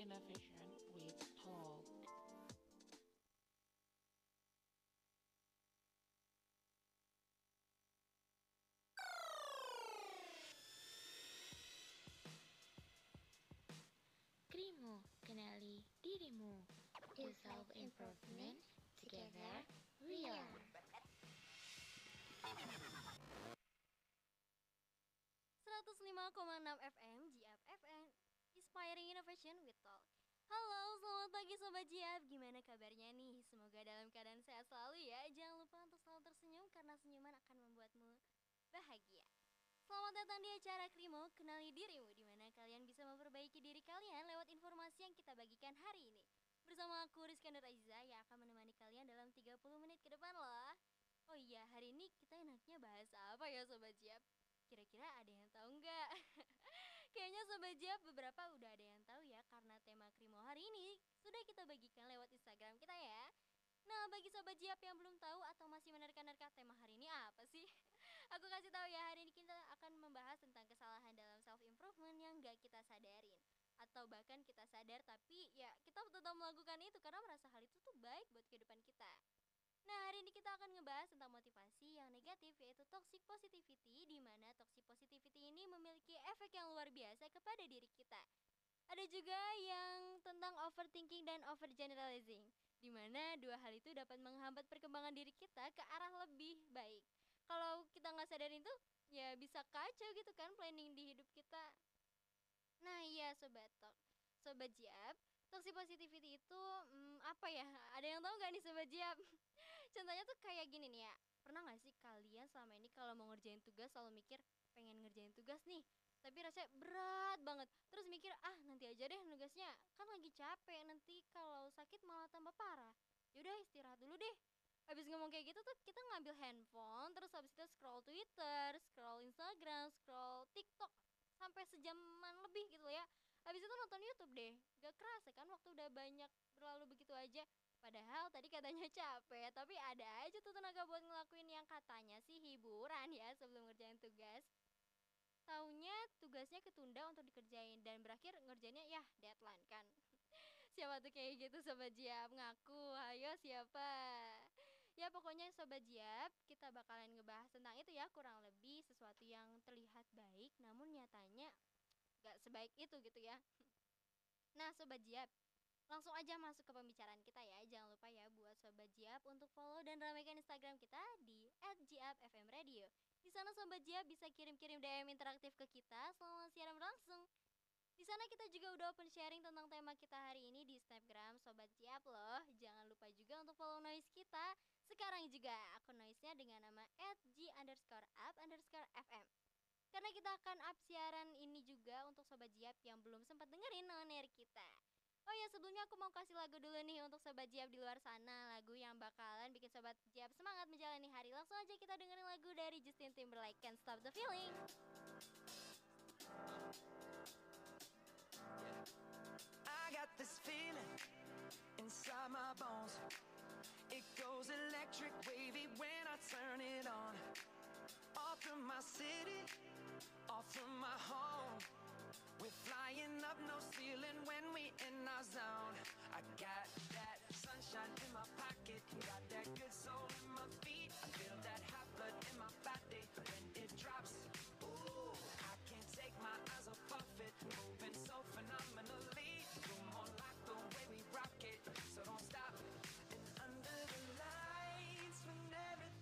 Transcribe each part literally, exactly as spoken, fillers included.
Innovation with Talk. Krimu, kenali dirimu. In self-improvement, together we are. seratus lima koma enam F M G F F M Inspiring Innovation with Talk. Halo, selamat pagi Sobat G F. Gimana kabarnya nih? Semoga dalam keadaan sehat selalu ya. Jangan lupa untuk selalu tersenyum karena senyuman akan membuatmu bahagia. Selamat datang di acara Krimo, kenali dirimu, di mana kalian bisa memperbaiki diri kalian lewat informasi yang kita bagikan hari ini. Bersama aku Rizkandar Aziza yang akan menemani kalian dalam tiga puluh menit ke depan loh. Oh iya, hari ini kita enaknya bahas apa ya Sobat Jiap? Kira-kira ada yang tahu nggak? Kayaknya Sobat Jiap beberapa udah ada yang tahu ya, karena tema Krimo hari ini sudah kita bagikan lewat Instagram kita ya. Nah, bagi Sobat Jiap yang belum tahu atau masih menerka-nerka tema hari ini apa sih? Aku kasih tahu ya, hari ini kita akan membahas tentang kesalahan dalam self improvement yang gak kita sadarin, atau bahkan kita sadar tapi ya kita tetap melakukan itu karena merasa hal itu tuh baik buat kehidupan kita. Nah, hari ini kita akan ngebahas tentang motivasi yang negatif, yaitu toxic positivity, di mana toxic positivity ini memiliki efek yang luar biasa kepada diri kita. Ada juga yang tentang overthinking dan overgeneralizing, di mana dua hal itu dapat menghambat perkembangan diri kita ke arah lebih baik. Kalau kita nggak sadarin itu, ya bisa kacau gitu kan planning di hidup kita. Nah iya Sobat Tok, Sobat Jiap, toxic positivity itu hmm, apa ya? Ada yang tahu nggak nih Sobat Jiap? Contohnya tuh kayak gini nih ya. Pernah nggak sih kalian selama ini kalau mau ngerjain tugas selalu mikir pengen ngerjain tugas nih, tapi rasanya berat banget. Terus mikir ah nanti aja deh nugasnya, kan lagi capek, nanti kalau sakit malah tambah parah. Yaudah istirahat dulu deh. Habis ngomong kayak gitu tuh kita ngambil handphone, terus habis itu scroll Twitter, scroll Instagram, scroll TikTok sampai sejaman lebih gitu ya. Habis itu nonton YouTube deh. Gak kerasa kan waktu udah banyak berlalu begitu aja. Padahal tadi katanya capek, tapi ada aja tuh tenaga buat ngelakuin yang katanya sih hiburan ya sebelum ngerjain tugas. Taunya tugasnya ketunda untuk dikerjain dan berakhir ngerjainnya ya deadline kan. Siapa tuh kayak gitu Sobat Jiap? Ngaku, ayo siapa? Ya pokoknya Sobat Jiap, kita bakalan ngebahas tentang itu ya, kurang lebih sesuatu yang terlihat baik namun nyatanya gak sebaik itu gitu ya. Nah Sobat Jiap, langsung aja masuk ke pembicaraan kita ya. Jangan lupa ya buat Sobat Jiap untuk follow dan ramaikan Instagram kita di et jiap f m radio. Di sana Sobat Jiap bisa kirim-kirim D M interaktif ke kita selama siaran berlangsung. Di sana kita juga udah open sharing tentang tema kita hari ini di Snapgram Sobat Jiap loh. Jangan lupa juga untuk follow noise kita. Sekarang juga akun noise-nya dengan nama et ji underscore up underscore fm. Karena kita akan up siaran ini juga untuk Sobat Jiap yang belum sempat dengerin on air kita. Oh ya, sebelumnya aku mau kasih lagu dulu nih untuk Sobat Jiap di luar sana. Lagu yang bakalan bikin Sobat Jiap semangat menjalani hari. Langsung aja kita dengerin lagu dari Justin Timberlake, Can't Stop the Feeling. I got this feeling inside my bones. It goes electric wavy when I turn it on. Off from my city, off from my home. We're flying up no ceiling when we in our zone. I got that sunshine in my pocket, got that good soul in my feet. I feel that hot blood in my body when it drops. Ooh, I can't take my eyes off of it, moving so phenomenally. You're more like the way we rock it, so don't stop. And under the lights when everything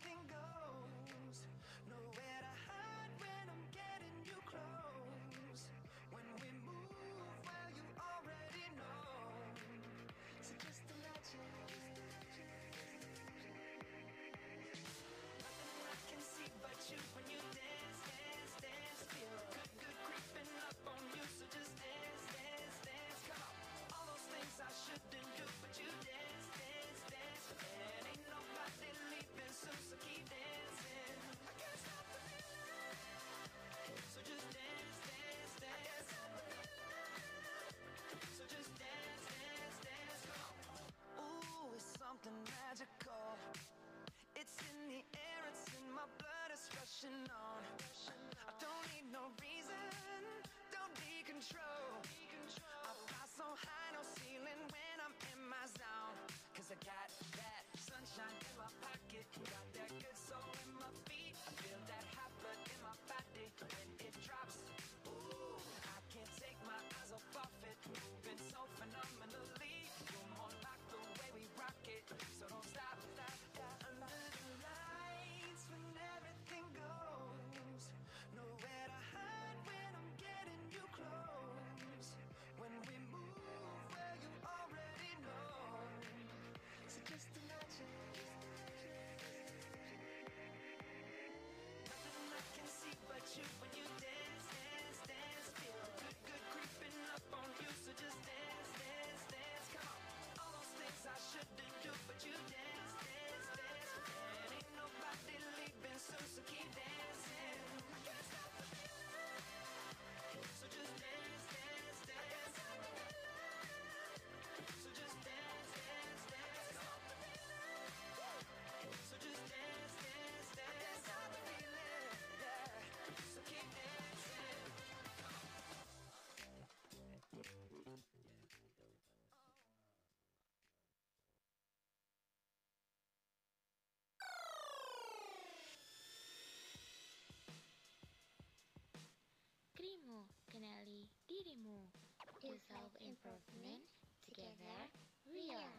I got that sunshine in my pocket, got that good soul in my feet. I feel that hot blood in my body when it drops. Ooh, I can't take my eyes off of it, moving so phenomenally. You're more like the way we rock it, so don't stop, stop, stop. Under the lights when everything goes, nowhere to hide when I'm getting you close. When we move, well you already know. So just imagine, nothing I can see but you when you dance, dance, dance. Feel good, good creeping up on you. So just dance, dance, dance. Come on, all those things I shouldn't do, but you dance, dance, dance. And ain't nobody leaving soon, so keep dancing. I can't stop the feeling. So just dance, dance, dance. I can't stop the feeling. So just dance, dance, dance. Stop the feeling. So just dance, dance, dance. I can't stop the feeling. Yeah. So keep dancing. Krimu, kenali dirimu. Do self-improvement, together we are.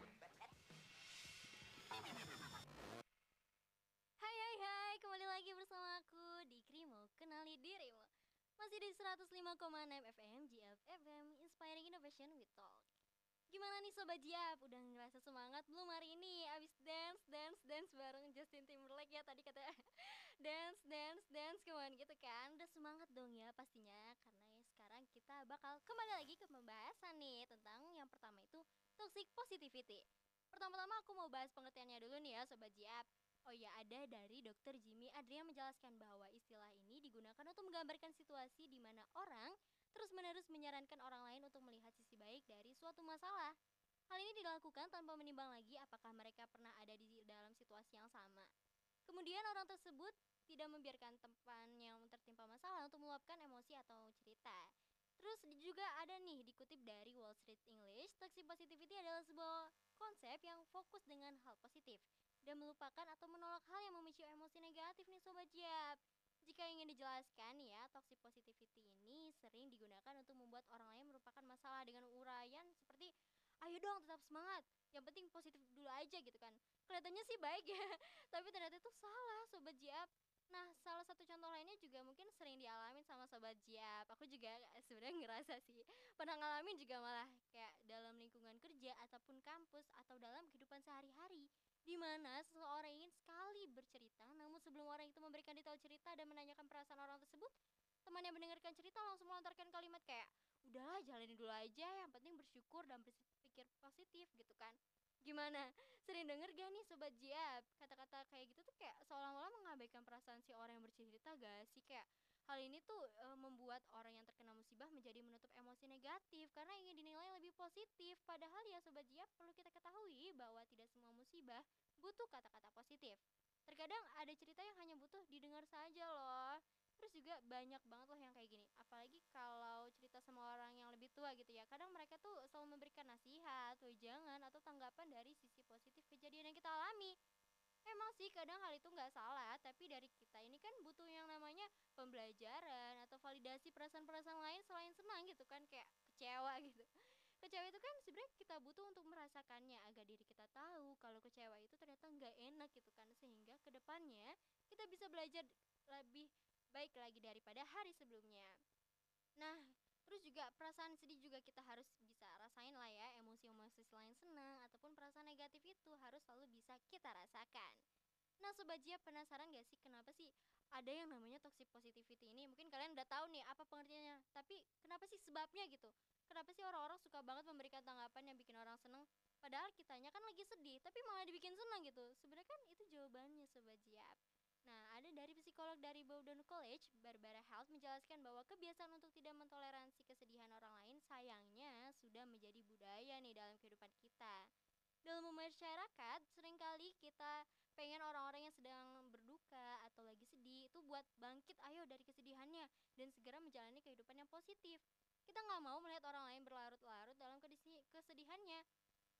Hai hai hai, kembali lagi bersama aku di Krimo, kenali dirimu. Masih di seratus lima koma enam F M G F F M, Inspiring Innovation with Talk. Gimana nih Sobat Jiap, udah ngerasa semangat belum hari ini? Abis dance, dance, dance bareng Justin Timberlake ya tadi katanya. Dance, dance, dance kemana gitu kan. Udah semangat dong ya pastinya. Karena ya sekarang kita bakal kembali lagi ke pembahasan nih. Tentang yang pertama itu toxic positivity. Pertama-tama aku mau bahas pengertiannya dulu nih ya Sobat Jiap. Oh ya, ada dari dokter Jimmy Adrian menjelaskan bahwa istilah ini digunakan untuk menggambarkan situasi di mana orang terus-menerus menyarankan orang lain untuk melihat sisi baik dari suatu masalah. Hal ini dilakukan tanpa menimbang lagi apakah mereka pernah ada di dalam situasi yang sama. Kemudian orang tersebut tidak membiarkan teman yang tertimpa masalah untuk meluapkan emosi atau cerita. Terus juga ada nih dikutip dari Wall Street English, toxic positivity adalah sebuah konsep yang fokus dengan hal positif dan melupakan atau menolak hal yang memicu emosi negatif nih Sobat Jiap. Jika ingin dijelaskan ya, toxic positivity ini sering digunakan untuk membuat orang lain merupakan masalah dengan uraian seperti ayo dong tetap semangat, yang penting positif dulu aja gitu kan. Kelihatannya sih baik ya, tapi ternyata itu salah Sobat Jiap. Nah, salah satu contoh lainnya juga mungkin sering dialamin sama Sobat Jiap. Aku juga sebenarnya ngerasa sih pernah ngalamin juga malah kayak dalam lingkungan kerja ataupun kampus atau dalam kehidupan sehari-hari, di mana seseorang ingin sekali bercerita, namun sebelum orang itu memberikan detail cerita dan menanyakan perasaan orang tersebut, teman yang mendengarkan cerita langsung melontarkan kalimat kayak, udahlah jalanin dulu aja, yang penting bersyukur dan berpikir positif gitu kan. Gimana? Sering denger gak nih Sobat Jiap? Kata-kata kayak gitu tuh kayak seolah-olah mengabaikan perasaan si orang yang bercerita gak sih? Kayak hal ini tuh e, membuat orang yang terkena musibah menjadi menutup emosi negatif karena ingin dinilai lebih positif. Padahal ya Sobat Jiap, perlu kita ketahui bahwa tidak semua musibah butuh kata-kata positif. Terkadang ada cerita yang hanya butuh didengar saja loh. Terus juga banyak banget loh yang kayak gini. Apalagi kalau cerita sama orang yang lebih tua gitu ya. Kadang mereka tuh selalu memberikan nasihat, wejangan, atau tanggapan dari sisi positif kejadian yang kita alami. Emang sih kadang hal itu nggak salah, tapi dari kita ini kan butuh yang namanya pembelajaran atau validasi perasaan-perasaan lain selain senang gitu kan, kayak kecewa gitu. Kecewa itu kan sebenarnya kita butuh untuk merasakannya agar diri kita tahu kalau kecewa itu ternyata nggak enak gitu kan, sehingga kedepannya kita bisa belajar lebih baik lagi daripada hari sebelumnya. Nah, terus juga perasaan sedih juga kita harus bisa rasain lah ya. Emosi-emosi selain senang ataupun perasaan negatif itu harus selalu bisa kita rasakan. Nah Sobat Jia, penasaran gak sih kenapa sih ada yang namanya toxic positivity ini? Mungkin kalian udah tahu nih apa pengertiannya, tapi kenapa sih sebabnya gitu? Kenapa sih orang-orang suka banget memberikan tanggapan yang bikin orang seneng, padahal kitanya kan lagi sedih tapi malah dibikin senang gitu? Sebenarnya kan itu jawabannya Sobat Jiap. Nah, ada dari psikolog dari Bowdoin College, Barbara Health menjelaskan bahwa kebiasaan untuk tidak mentoleransi kesedihan orang lain sayangnya sudah menjadi budaya nih dalam kehidupan kita. Dalam masyarakat, seringkali kita pengen orang-orang yang sedang berduka atau lagi sedih itu buat bangkit ayo dari kesedihannya dan segera menjalani kehidupan yang positif. Kita nggak mau melihat orang lain berlarut-larut dalam kesedihannya.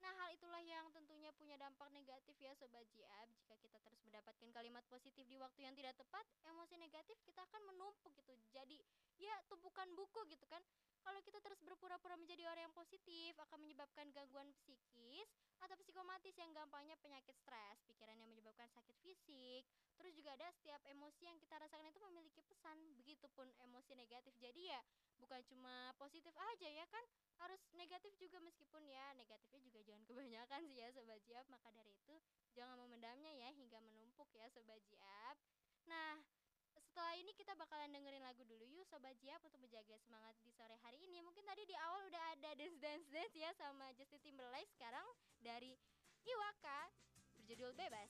Nah, hal itulah yang tentunya punya dampak negatif ya Sobat Jiab. Jika kita terus mendapatkan kalimat positif di waktu yang tidak tepat, emosi negatif kita akan menumpuk gitu. Jadi ya tumpukan buku gitu kan. Kalau kita terus berpura-pura menjadi orang yang positif akan menyebabkan gangguan psikis atau psikomatis yang gampangnya penyakit stres, pikiran yang menyebabkan sakit fisik. Terus juga ada setiap emosi yang kita rasakan itu memiliki pesan, begitupun emosi negatif. Jadi ya bukan cuma positif aja ya kan, harus negatif juga meskipun ya negatifnya juga jangan kebanyakan sih ya Sobat Jiab. Maka dari itu jangan memendamnya ya hingga menumpuk ya Sobat Jiab. Nah, setelah ini kita bakalan dengerin lagu dulu yuk Sobat Jiab untuk menjaga semangat di sore hari ini. Mungkin tadi di awal udah ada dance dance dance ya sama Justin Timberlake. Sekarang dari Iwaka berjudul Bebas.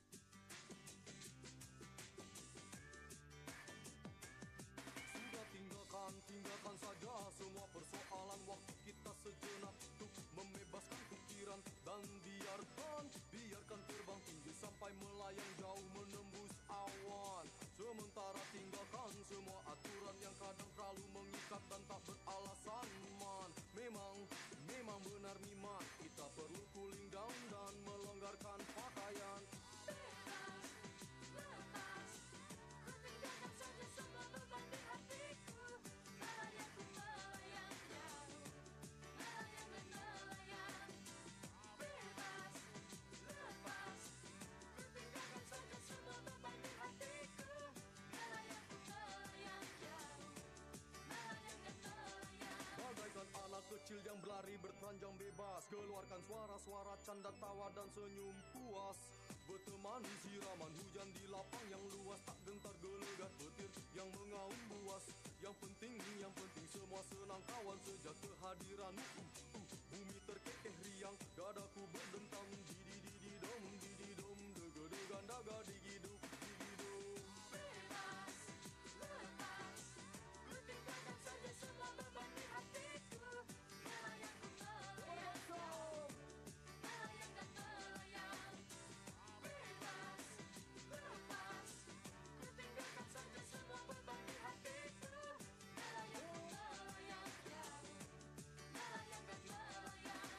Sudah tinggalkan, tinggalkan saja semua persoalan. Waktu kita sejenak untuk membebaskan pikiran. Dan biarkan, biarkan terbang tinggi sampai melayang jauh menembus awan. Sementara tinggalkan semua aturan yang kadang terlalu mengikat dan tak beralasan man. Memang, memang benar miman, kita perlu cooling down dan melonggarkan pakaian. Bebas, lepas, ku tinggalkan saja semua beban di hatiku. Melayang ku melayang jauh, melayang dan melayang. Bebas, lepas, ku tinggalkan saja semua beban di hatiku. Melayang ku melayang jauh, melayang dan melayang. Bagaikan anak kecil yang berlari bertelanjang bebas, keluarkan suara-suara canda tawa dan senyum puas. Berteman siraman hujan di lapang yang luas, tak gentar gelegar petir yang mengaum buas. Yang penting, yang penting semua senang kawan sejak kehadiranmu. uh, uh, Bumi terkekeh riang, dadaku berdentang. Didi didi dom, didi dom, dega degan daga digiduk, digidum. Bebas, lepas, ku tinggalkan saja semua beban di hatiku. Melayang ku melayang jauh, melayang dan melayang. Bebas, lepas, ku tinggalkan saja semua beban di hatiku. Melayang ku melayang jauh, melayang dan melayang.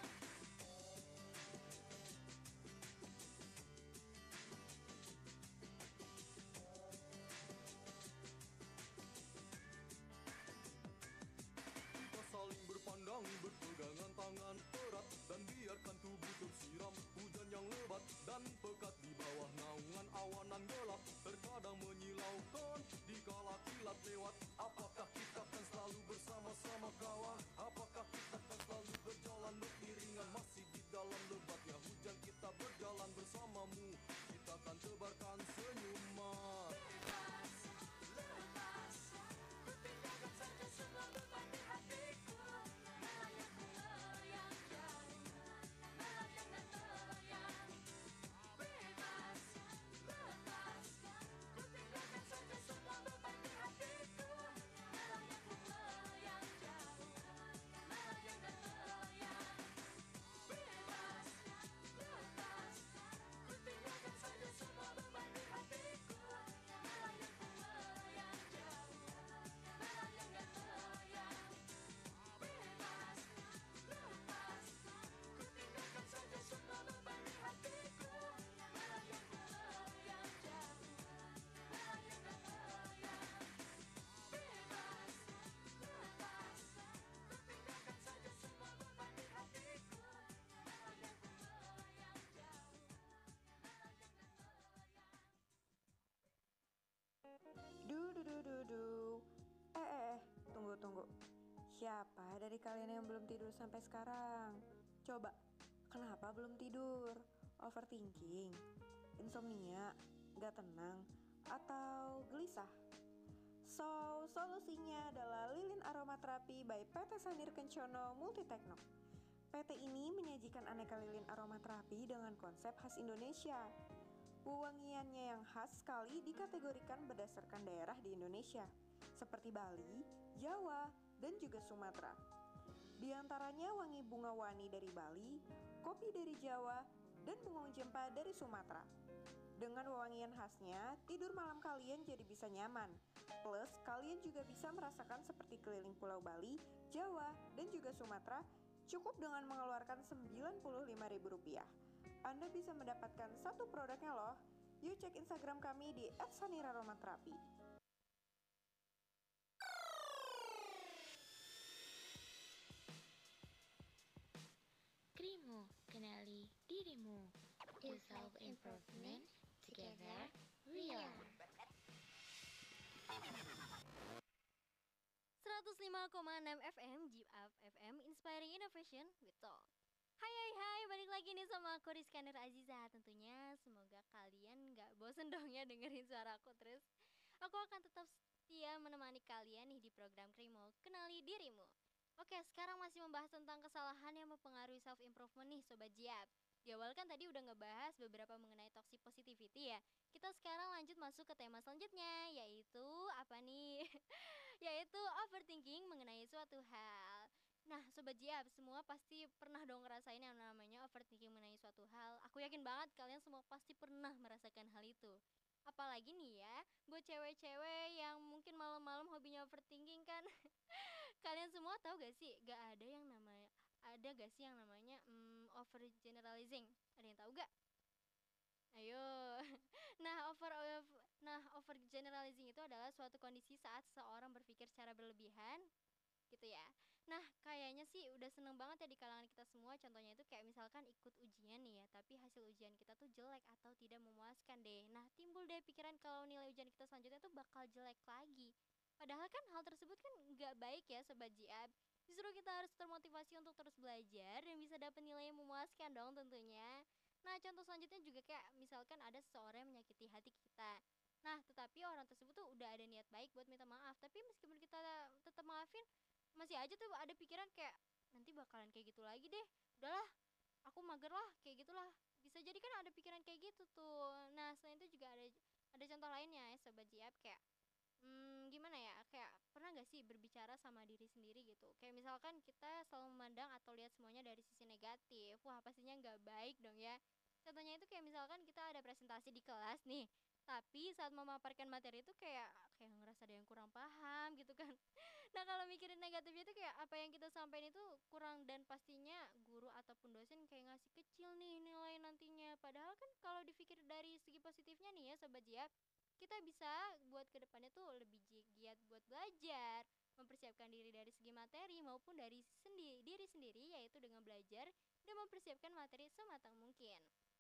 Kita saling berpandang, berpegangan tangan erat. Dan biarkan tubuh tersiram hujan yang lebat dan pekat di bawah naungan awanan gelap. Terkadang menyilaukan dikala kilat lewat. Apakah kita akan selalu bersama-sama kawan? Apakah kita akan selalu berjalan beriringan? Masih di dalam lebatnya hujan kita berjalan bersamamu. Kita akan tebarkan senyuman. Bebas, lepas, ku tinggalkan saja semua beban di hatiku. Melayang ku melayang jauh, melayang dan melayang. Bebas, lepas, ku tinggalkan saja semua beban di hatiku. Melayang ku melayang jauh, melayang dan melayang. Bebas, lepas, ku tinggalkan saja semua beban di hatiku. Melayang ku melayang jauh, melayang dan melayang. Bebas, lepas, ku tinggalkan saja semua beban di hatiku. Melayang ku melayang jauh, melayang dan melayang. Bebas, lepas, ku tinggalkan saja semua beban di hatiku. Melayang ku melayang jauh, melayang dan melayang. Du du du du du. Eh eh eh, tunggu tunggu. Siapa dari kalian yang belum tidur sampai sekarang? Coba, kenapa belum tidur? Overthinking, insomnia, gak tenang, atau gelisah? So, solusinya adalah lilin aromaterapi by P T Sanir Kencono Multitekno. P T ini menyajikan aneka lilin aromaterapi dengan konsep khas Indonesia. Wewangiannya yang khas sekali dikategorikan berdasarkan daerah di Indonesia, seperti Bali, Jawa, dan juga Sumatera. Di antaranya wangi bunga wani dari Bali, kopi dari Jawa, dan bunga jempa dari Sumatera. Dengan wewangian khasnya, tidur malam kalian jadi bisa nyaman. Plus, kalian juga bisa merasakan seperti keliling Pulau Bali, Jawa, dan juga Sumatera, Cukup dengan mengeluarkan sembilan puluh lima ribu rupiah. Anda bisa mendapatkan satu produknya loh. Yuk cek Instagram kami di et sanira aromaterapi. Krimu, kenali dirimu. Is self-improvement, together we are. seratus lima koma enam F M, Jeep Up F M, Inspiring Innovation with Talk. Hai hai hai, balik lagi nih sama aku Rizka Nur Aziza. Tentunya semoga kalian gak bosen dong ya dengerin suara aku terus. Aku akan tetap setia menemani kalian nih di program Krimo, Kenali Dirimu. Oke, sekarang masih membahas tentang kesalahan yang mempengaruhi self-improvement nih Sobat Jiap. Di awal kan tadi udah ngebahas beberapa mengenai toxic positivity ya. Kita sekarang lanjut masuk ke tema selanjutnya, yaitu apa nih? Yaitu overthinking mengenai suatu hal. Nah Sobat Jiap, semua pasti pernah dong ngerasain yang namanya overthinking mengenai suatu hal. Aku yakin banget kalian semua pasti pernah merasakan hal itu. Apalagi nih ya, buat cewek-cewek yang mungkin malam-malam hobinya overthinking kan. Kalian semua tahu gak sih, gak ada yang namanya ada gak sih yang namanya hmm, overgeneralizing? Ada yang tahu gak? Ayo. Nah, over nah overgeneralizing itu adalah suatu kondisi saat seseorang berpikir secara berlebihan gitu ya. Nah, kayaknya sih udah seneng banget ya di kalangan kita semua. Contohnya itu kayak misalkan ikut ujian nih ya, tapi hasil ujian kita tuh jelek atau tidak memuaskan deh. Nah, timbul deh pikiran kalau nilai ujian kita selanjutnya tuh bakal jelek lagi. Padahal kan hal tersebut kan nggak baik ya Sobat Jiab. Justru kita harus termotivasi untuk terus belajar dan bisa dapat nilai yang memuaskan dong tentunya. Nah, contoh selanjutnya juga kayak misalkan ada seseorang yang menyakiti hati kita. Nah, tetapi orang tersebut tuh udah ada niat baik buat minta maaf, tapi meskipun kita tetap maafin, masih aja tuh ada pikiran kayak nanti bakalan kayak gitu lagi deh. Udahlah, aku mager lah, kayak gitulah. Bisa jadi kan ada pikiran kayak gitu tuh. Nah, selain itu juga ada ada contoh lainnya ya Sobat Jiab kayak Hmm, gimana ya, kayak pernah gak sih berbicara sama diri sendiri gitu. Kayak misalkan kita selalu memandang atau lihat semuanya dari sisi negatif. Wah pastinya nggak baik dong ya. Contohnya itu kayak misalkan kita ada presentasi di kelas nih, tapi saat memaparkan materi itu kayak kayak ngerasa ada yang kurang paham gitu kan. Nah kalau mikirin negatifnya itu kayak apa yang kita sampaikan itu kurang, dan pastinya guru ataupun dosen kayak ngasih kecil nih nilai nantinya. Padahal kan kalau dipikir dari segi positifnya nih ya Sobat Jiap, kita bisa buat kedepannya tuh lebih gi- giat buat belajar, mempersiapkan diri dari segi materi maupun dari sendi- diri sendiri, yaitu dengan belajar dan mempersiapkan materi sematang mungkin.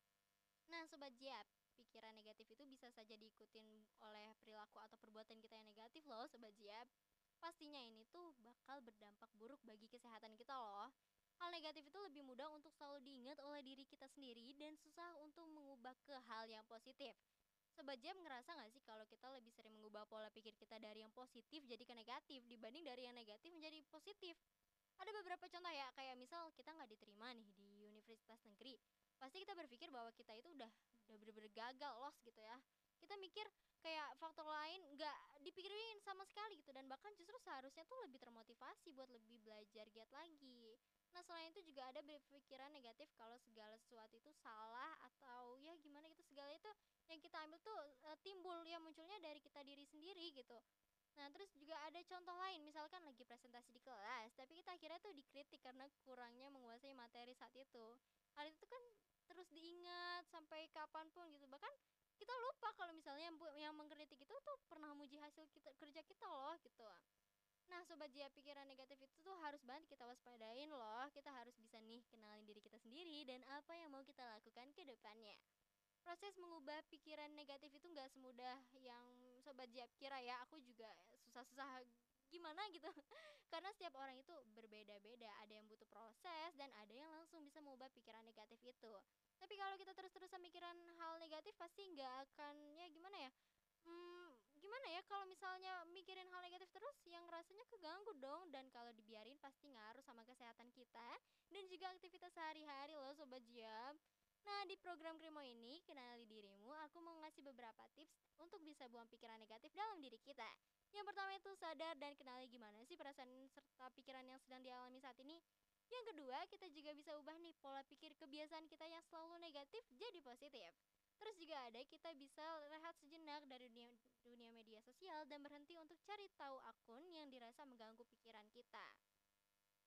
Nah Sobat Jiap, pikiran negatif itu bisa saja diikutin oleh perilaku atau perbuatan kita yang negatif loh Sobat Jiap. Pastinya ini tuh bakal berdampak buruk bagi kesehatan kita loh. Hal negatif itu lebih mudah untuk selalu diingat oleh diri kita sendiri dan susah untuk mengubah ke hal yang positif. Sobat Jam ngerasa gak sih kalau kita lebih sering mengubah pola pikir kita dari yang positif jadi ke negatif dibanding dari yang negatif menjadi positif? Ada beberapa contoh ya, kayak misal kita nggak diterima nih di universitas negeri. Pasti kita berpikir bahwa kita itu udah udah bener-bener gagal, lost gitu ya. Kita mikir kayak faktor lain nggak dipikirin sama sekali gitu, dan bahkan justru seharusnya tuh lebih termotivasi buat lebih belajar giat lagi. Nah selain itu juga ada berpikiran negatif kalau segala sesuatu itu salah atau ya gimana gitu, segala itu yang kita ambil tuh e, timbul ya munculnya dari kita diri sendiri gitu. Nah terus juga ada contoh lain, misalkan lagi presentasi di kelas tapi kita akhirnya tuh dikritik karena kurangnya menguasai materi saat itu. Hal itu kan terus diingat sampai kapanpun gitu, bahkan kita lupa kalau misalnya yang, bu- yang mengkritik itu tuh pernah muji hasil kita, kerja kita loh gitu. Nah Sobat Jia, pikiran negatif itu tuh harus banget kita waspadain loh. Kita harus bisa nih kenalin diri kita sendiri dan apa yang mau kita lakukan ke depannya. Proses mengubah pikiran negatif itu nggak semudah yang Sobat Jia kira ya. Aku juga susah-susah gimana gitu. Karena setiap orang itu berbeda-beda. Ada yang butuh proses dan ada yang langsung bisa mengubah pikiran negatif itu. Tapi kalau kita terus-terusan mikiran hal negatif pasti nggak akan, ya gimana ya, Hmm, gimana ya kalau misalnya mikirin hal negatif terus yang rasanya keganggu dong, dan kalau dibiarin pasti ngaruh sama kesehatan kita dan juga aktivitas sehari-hari loh Sobat Jam. Nah di program Krimo ini kenali dirimu, aku mau ngasih beberapa tips untuk bisa buang pikiran negatif dalam diri kita. Yang pertama itu sadar dan kenali gimana sih perasaan serta pikiran yang sedang dialami saat ini. Yang kedua, kita juga bisa ubah nih pola pikir kebiasaan kita yang selalu negatif jadi positif. Terus juga ada kita bisa rehat sejenak dari dunia, dunia media sosial dan berhenti untuk cari tahu akun yang dirasa mengganggu pikiran kita.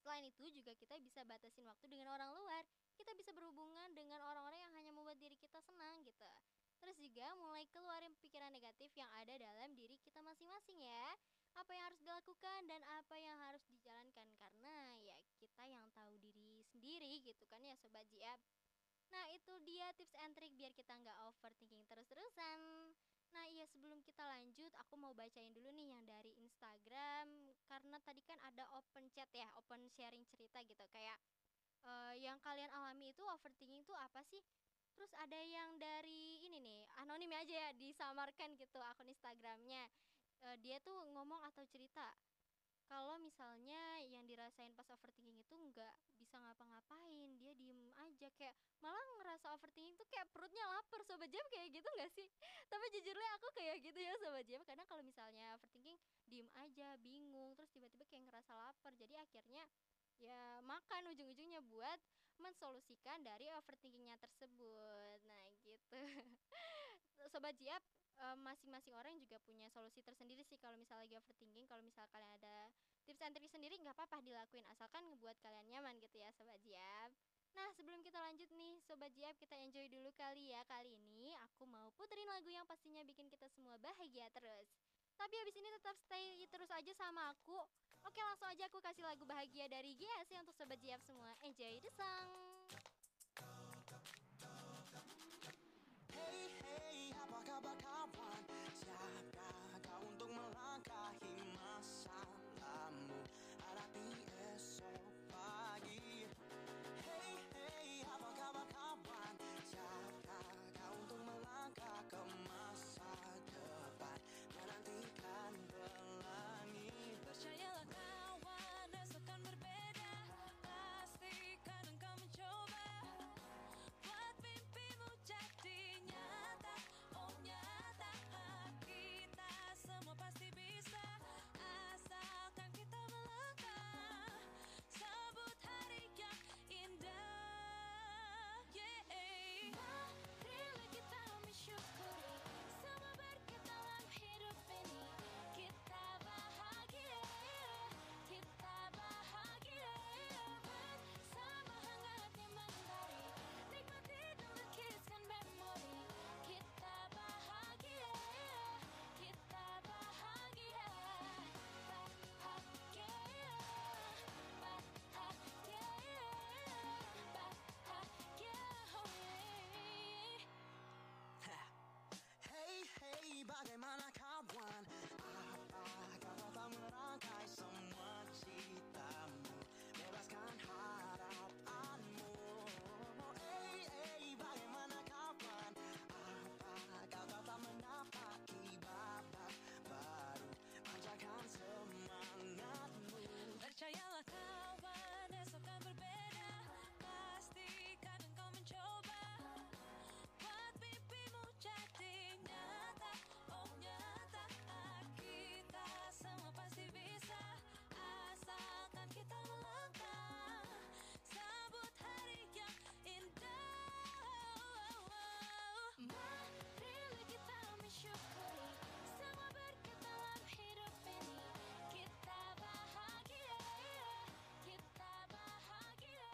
Selain itu juga kita bisa batasin waktu dengan orang luar. Kita bisa berhubungan dengan orang-orang yang hanya membuat diri kita senang gitu. Terus juga mulai keluarin pikiran negatif yang ada dalam diri kita masing-masing ya. Apa yang harus dilakukan dan apa yang harus dijalankan, karena ya kita yang tahu diri sendiri gitu kan ya Sobat Jiab. Nah itu dia tips and trick biar kita nggak overthinking terus-terusan. Nah iya, sebelum kita lanjut aku mau bacain dulu nih yang dari Instagram. Karena tadi kan ada open chat ya, open sharing cerita gitu. Kayak eh, yang kalian alami itu overthinking itu apa sih? Terus ada yang dari ini nih, anonim aja ya, disamarkan gitu akun Instagramnya. Eh, dia tuh ngomong atau cerita kalau misalnya yang dirasain pas overthinking itu nggak bisa ngapa-ngapain, dia diem aja, kayak malah ngerasa overthinking tuh kayak perutnya lapar. Sobat Jam kayak gitu nggak sih? Tapi jujurnya aku kayak gitu ya Sobat Jam, karena kalau misalnya overthinking diem aja, bingung, terus tiba-tiba kayak ngerasa lapar, jadi akhirnya ya makan ujung-ujungnya buat mensolusikan dari overthinkingnya tersebut. Nah gitu. Sobat Jiap, eh, masing-masing orang juga punya solusi tersendiri sih kalau misalnya lagi overthinking. Kalau misalnya kalian ada tips and trik sendiri, nggak apa-apa dilakuin, asalkan ngebuat kalian nyaman gitu ya Sobat Jiap. Nah sebelum kita lanjut nih Sobat Jiap, kita enjoy dulu kali ya. Kali ini aku mau puterin lagu yang pastinya bikin kita semua bahagia terus. Tapi habis ini tetap stay terus aja sama aku. Oke, langsung aja aku kasih lagu bahagia dari G S C untuk Sobat Jiap semua. Enjoy the song. Hey hey, apa kabar kawan? Siapkah kau untuk melangkahi masalahmu, hadapi esok pagi? Hey hey, apa kabar kawan? Siapkah kau untuk melangkah ke masa depan, menantikan pelangi? Percayalah kawan, esok kan berbeda. Pastikan engkau mencoba. Buat mimpimu jadi nyata. Oh nyata, kita semua pasti bisa, asalkan kita melangkah. Sebut hari yang indah. Yeah. Marilah kita mensyukuri semua berkat dalam hidup ini. Kita bahagia, kita bahagia bersama hangatnya mentari. Nikmati dan lukiskan memori. Kita bahagia, kita bahagia, bahagia, bahagia, bahagia, oh yeah. Hey hey, bagaimana kawan? Apakah kau tak merangkai semua citamu, bebaskan harapanmu? Hey hey, bagaimana kawan? Apakah kau tak menapaki babak baru, panjatkan semangatmu? Percayalah kawan, esok kan berbeda. Pastikan engkau mencoba. Buat mimpimu jadi nyata. Oh nyata, kita semua pasti bisa, asalkan kita melangkah. Sambut hari yang indah. Marilah kita mensyukuri semua berkat dalam hidup ini. Kita bahagia, kita bahagia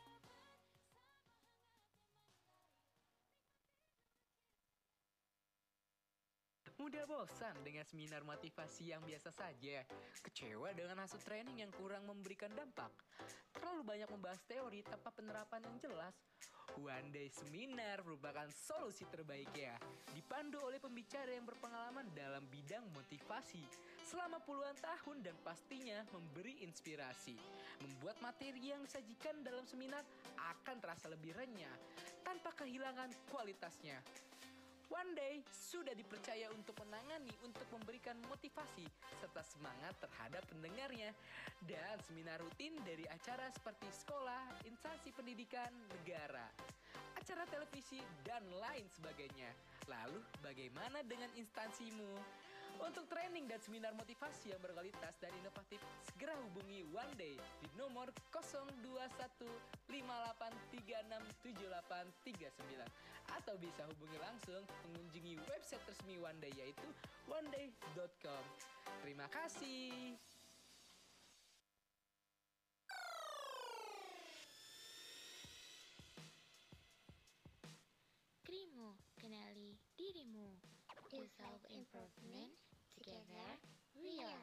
Mudah bosan dengan seminar motivasi yang biasa saja, kecewa dengan hasil training yang kurang memberikan dampak, terlalu banyak membahas teori tanpa penerapan yang jelas. One Day Seminar merupakan solusi terbaiknya, dipandu oleh pembicara yang berpengalaman dalam bidang motivasi selama puluhan tahun dan pastinya memberi inspirasi. Membuat materi yang disajikan dalam seminar akan terasa lebih renyah tanpa kehilangan kualitasnya. One Day sudah dipercaya untuk menangani, untuk memberikan motivasi serta semangat terhadap pendengarnya. Dan seminar rutin dari acara seperti sekolah, instansi pendidikan, negara, acara televisi, dan lain sebagainya. Lalu bagaimana dengan instansimu? Untuk training dan seminar motivasi yang berkualitas dan inovatif, segera hubungi One Day di nomor nol dua satu lima delapan tiga enam tujuh delapan tiga sembilan atau bisa hubungi langsung mengunjungi website resmi One Day yaitu one day dot com. Terima kasih. dirimu. Is self-improvement. Together, we are.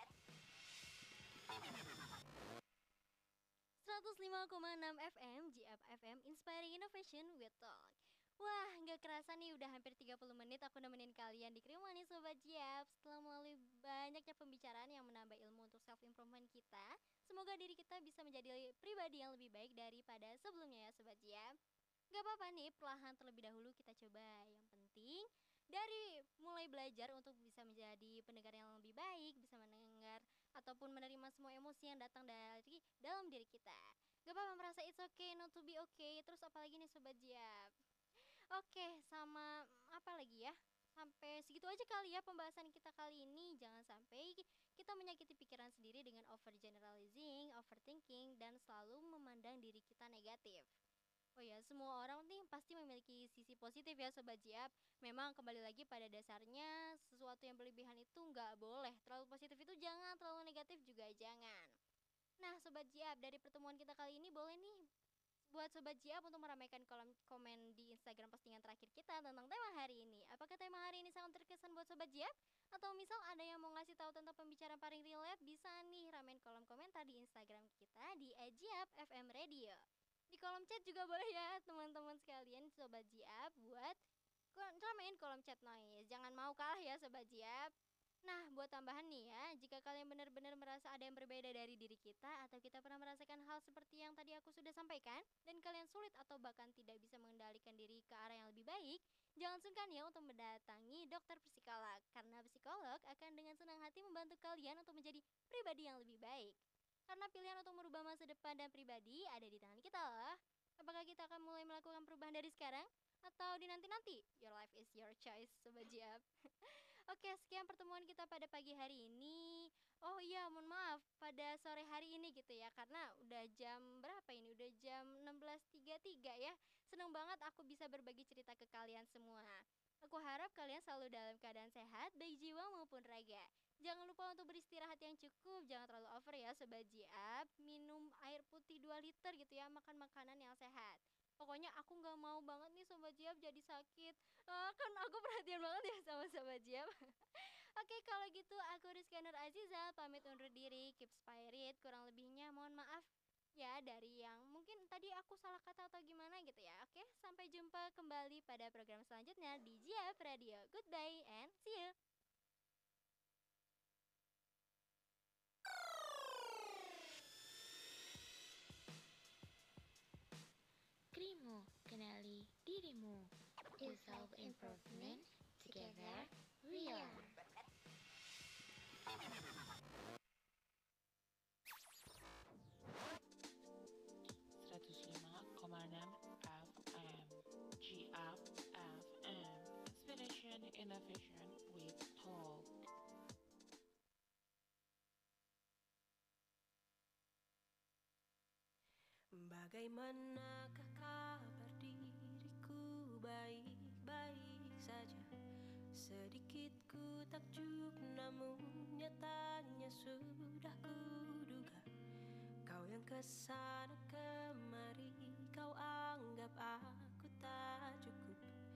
seratus lima koma enam F M, G F F M, Inspiring Innovation with Talk. Wah, nggak kerasa nih udah hampir tiga puluh menit aku nemenin kalian di Kriwani nih Sobat Jiap. Setelah melalui banyaknya pembicaraan yang menambah ilmu untuk self-improvement kita, semoga diri kita bisa menjadi pribadi yang lebih baik daripada sebelumnya ya Sobat Jiap. Gak apa-apa nih, perlahan terlebih dahulu kita coba. Yang penting, dari mulai belajar untuk bisa menjadi pendengar yang lebih baik, bisa mendengar ataupun menerima semua emosi yang datang dari dalam diri kita. Gak apa-apa merasa it's okay, not to be okay. Terus apalagi nih Sobat Jiap? Oke, sama mm, apa lagi ya? Sampai segitu aja kali ya pembahasan kita kali ini. Jangan sampai kita menyakiti pikiran sendiri dengan overgeneralizing, overthinking, dan selalu memandang diri kita negatif. Oh ya, semua orang nih pasti memiliki sisi positif ya Sobat Jiap. Memang kembali lagi pada dasarnya sesuatu yang berlebihan itu nggak boleh. Terlalu positif itu jangan, terlalu negatif juga jangan. Nah Sobat Jiap, dari pertemuan kita kali ini boleh nih buat Sobat Jiap untuk meramaikan kolom komen di Instagram postingan terakhir kita tentang tema hari ini. Apakah tema hari ini sangat terkesan buat Sobat Jiap? Atau misal ada yang mau ngasih tahu tentang pembicaraan paling relate, bisa nih ramein kolom komentar di Instagram kita di et jiap F M Radio. Di kolom chat juga boleh ya teman-teman sekalian Sobat Jiap buat ko- ramein kolom chat noise. Jangan mau kalah ya Sobat Jiap. Nah, buat tambahan nih ya, jika kalian benar-benar merasa ada yang berbeda dari diri kita atau kita pernah merasakan hal seperti yang tadi aku sudah sampaikan dan kalian sulit atau bahkan tidak bisa mengendalikan diri ke arah yang lebih baik, jangan sungkan ya untuk mendatangi dokter psikolog karena psikolog akan dengan senang hati membantu kalian untuk menjadi pribadi yang lebih baik. Karena pilihan untuk merubah masa depan dan pribadi ada di tangan kita loh. Apakah kita akan mulai melakukan perubahan dari sekarang atau di nanti-nanti? Your life is your choice, Sobat Jiap. Oke, sekian pertemuan kita pada pagi hari ini. Oh iya, mohon maaf pada sore hari ini gitu ya. Karena udah jam berapa ini? Udah jam enam belas tiga puluh tiga ya. Seneng banget aku bisa berbagi cerita ke kalian semua. Aku harap kalian selalu dalam keadaan sehat, baik jiwa maupun raga. Jangan lupa untuk beristirahat yang cukup. Jangan terlalu over ya Sobat Jiap. Minum air putih dua liter gitu ya. Makan makanan yang sehat. Pokoknya aku gak mau banget nih Sobat Jiap jadi sakit. Ah, kan aku perhatian banget ya sama Sobat Jiap. Oke, kalau gitu aku Rizky Nur Aziza pamit undur diri. Keep spirit. Kurang lebihnya mohon maaf ya dari yang mungkin tadi aku salah kata atau gimana gitu ya. Oke, sampai jumpa kembali pada program selanjutnya di Jiap Radio. Goodbye and see you. Krimu, kenali dirimu. Is self-improvement. Together, we are. seratus lima koma enam F M, G F F M, Inspiration Innovation with Talk. Bagaimanakah kabar diriku, baik-baik saja. Sedikit ku takjub namun nyatanya sudah kuduga. Kau yang kesana